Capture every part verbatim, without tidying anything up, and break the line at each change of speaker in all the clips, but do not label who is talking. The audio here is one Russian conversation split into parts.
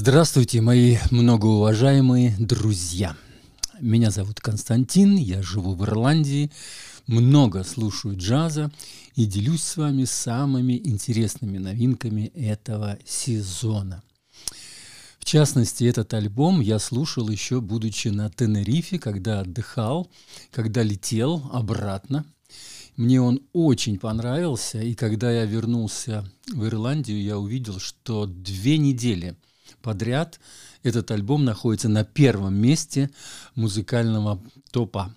Здравствуйте, мои многоуважаемые друзья. Меня зовут Константин, я живу в Ирландии, много слушаю джаза и делюсь с вами самыми интересными новинками этого сезона. В частности, этот альбом я слушал еще будучи на Тенерифе, когда отдыхал, когда летел обратно. Мне он очень понравился, и когда я вернулся в Ирландию, я увидел, что две недели подряд этот альбом находится на первом месте музыкального топа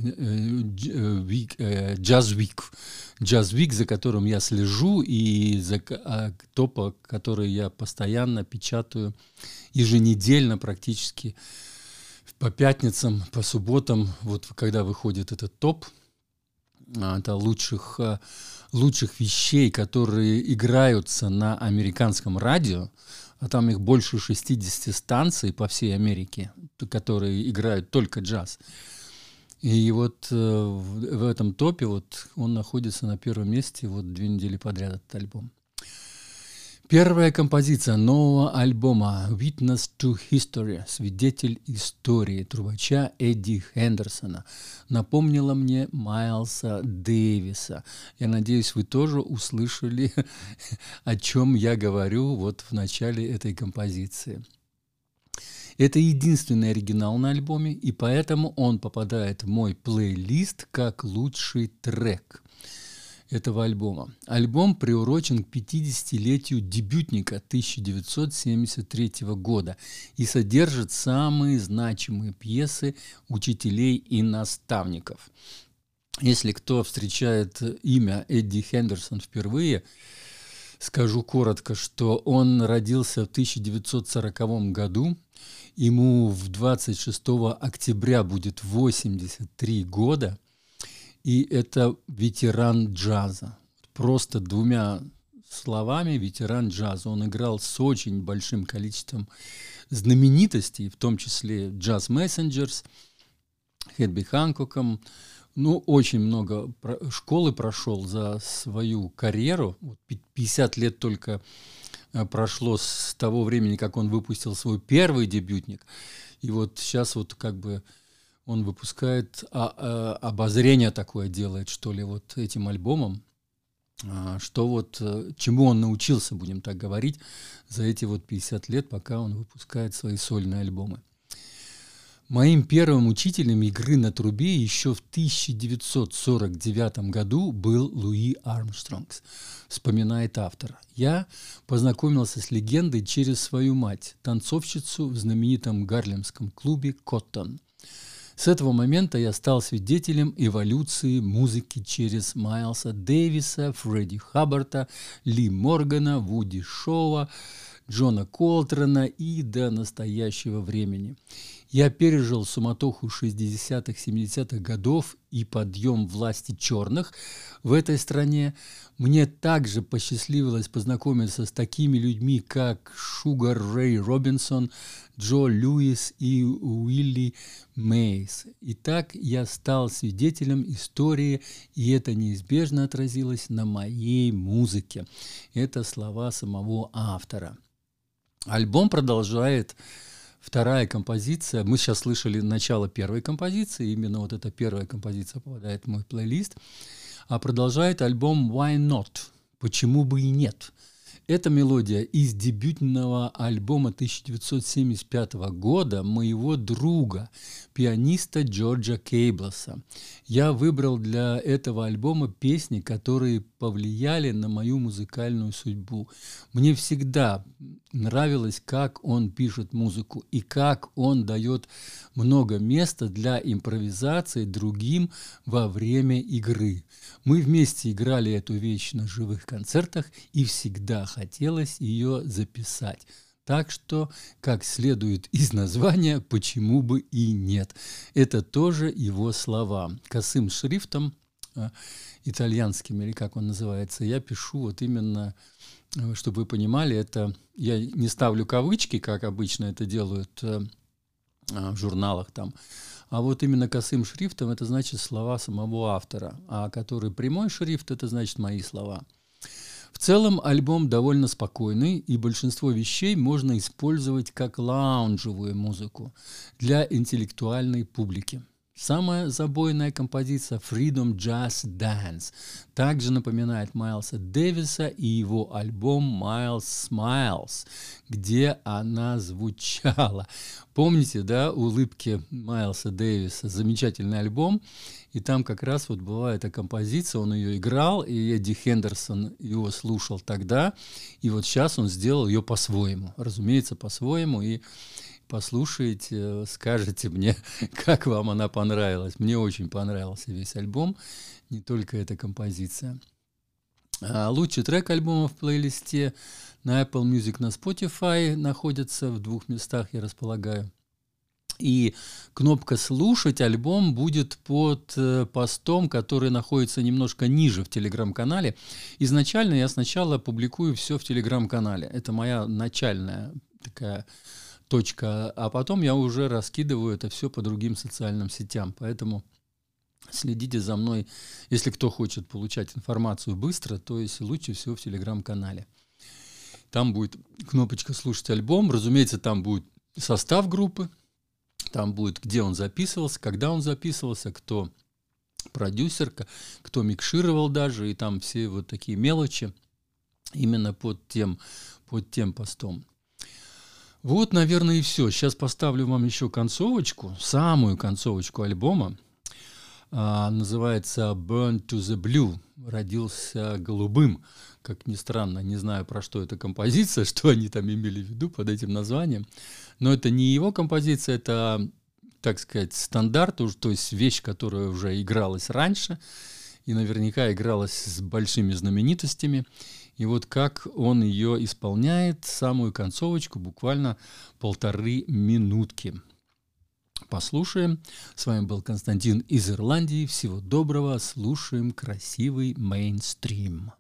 Jazz Week. Jazz Week, за которым я слежу, и за топа, который я постоянно печатаю еженедельно практически по пятницам, по субботам, вот когда выходит этот топ. Это лучших, лучших вещей, которые играются на американском радио, а там их больше шестьдесят станций по всей Америке, которые играют только джаз. И вот э, в, в этом топе вот он находится на первом месте вот две недели подряд, этот альбом. Первая композиция нового альбома «Witness to History», «Свидетель истории» трубача Эдди Хендерсона напомнила мне Майлса Дэвиса. Я надеюсь, вы тоже услышали, о чем я говорю вот в начале этой композиции. Это единственный оригинал на альбоме, и поэтому он попадает в мой плейлист как лучший трек этого альбома. Альбом приурочен к пятидесятилетию дебютника тысяча девятьсот семьдесят третьего года и содержит самые значимые пьесы учителей и наставников. Если кто встречает имя Эдди Хендерсон впервые, скажу коротко, что он родился в тысяча девятьсот сороковом году, ему в двадцать шестого октября будет восемьдесят три года, и это ветеран джаза. Просто двумя словами ветеран джаза. Он играл с очень большим количеством знаменитостей, в том числе Jazz Messengers, Хэтби Ханкоком. Ну, очень много школы прошел за свою карьеру. пятьдесят лет только прошло с того времени, как он выпустил свой первый дебютник. И вот сейчас вот как бы он выпускает а, а, обозрение такое делает, что ли, вот этим альбомом, а, что вот чему он научился, будем так говорить, за эти вот пятьдесят лет, пока он выпускает свои сольные альбомы. Моим первым учителем игры на трубе еще в тысяча девятьсот сорок девятом году был Луи Армстронг, вспоминает автор. Я познакомился с легендой через свою мать, танцовщицу в знаменитом гарлемском клубе «Коттон». С этого момента я стал свидетелем эволюции музыки через Майлса Дэвиса, Фредди Хаббарда, Ли Моргана, Вуди Шоуа, Джона Колтрана и до настоящего времени. Я пережил суматоху шестидесятых, семидесятых годов и подъем власти черных в этой стране. Мне также посчастливилось познакомиться с такими людьми, как Шугар Рэй Робинсон, Джо Льюис и Уилли Мейс. И так я стал свидетелем истории, и это неизбежно отразилось на моей музыке. Это слова самого автора. Альбом продолжает вторая композиция. Мы сейчас слышали начало первой композиции, именно вот эта первая композиция попадает в мой плейлист. А продолжает альбом «Why Not?» «Почему бы и нет?» Эта мелодия из дебютного альбома тысяча девятьсот семьдесят пятого года моего друга, пианиста Джорджа Кейбласа. Я выбрал для этого альбома песни, которые повлияли на мою музыкальную судьбу. Мне всегда нравилось, как он пишет музыку и как он дает много места для импровизации другим во время игры. Мы вместе играли эту вещь на живых концертах, и всегда хотелось ее записать. Так что, как следует из названия, почему бы и нет. Это тоже его слова. Косым шрифтом, э, итальянским, или как он называется, я пишу вот именно, э, чтобы вы понимали, это я не ставлю кавычки, как обычно это делают э, э, в журналах там, а вот именно косым шрифтом это значит слова самого автора, а который прямой шрифт, это значит мои слова. В целом альбом довольно спокойный, и большинство вещей можно использовать как лаунжевую музыку для интеллектуальной публики. Самая забойная композиция «Freedom Jazz Dance» также напоминает Майлса Дэвиса и его альбом «Miles Smiles», где она звучала. Помните, да, «Улыбки» Майлса Дэвиса? Замечательный альбом. И там как раз вот была эта композиция, он ее играл, и Эдди Хендерсон его слушал тогда. И вот сейчас он сделал ее по-своему. Разумеется, по-своему. И послушайте, скажете мне, как вам она понравилась. Мне очень понравился весь альбом, не только эта композиция. А лучший трек альбома в плейлисте на Apple Music, на Spotify находится в двух местах, я располагаю. И кнопка «Слушать» альбом будет под э, постом, который находится немножко ниже в Телеграм-канале. Изначально я сначала публикую все в Телеграм-канале. Это моя начальная такая точка, а потом я уже раскидываю это все по другим социальным сетям. Поэтому следите за мной, если кто хочет получать информацию быстро, то есть лучше всего в Телеграм-канале. Там будет кнопочка «Слушать альбом». Разумеется, там будет состав группы, там будет, где он записывался, когда он записывался, кто продюсер, кто микшировал даже, и там все вот такие мелочи именно под тем, под тем постом. Вот, наверное, и все. Сейчас поставлю вам еще концовочку, самую концовочку альбома. А, называется «Burn to the Blue». Родился голубым. Как ни странно, не знаю, про что эта композиция, что они там имели в виду под этим названием. Но это не его композиция, это, так сказать, стандарт, то есть вещь, которая уже игралась раньше и наверняка игралась с большими знаменитостями. И вот как он ее исполняет, самую концовочку, буквально полторы минутки. Послушаем. С вами был Константин из Ирландии. Всего доброго. Слушаем красивый мейнстрим.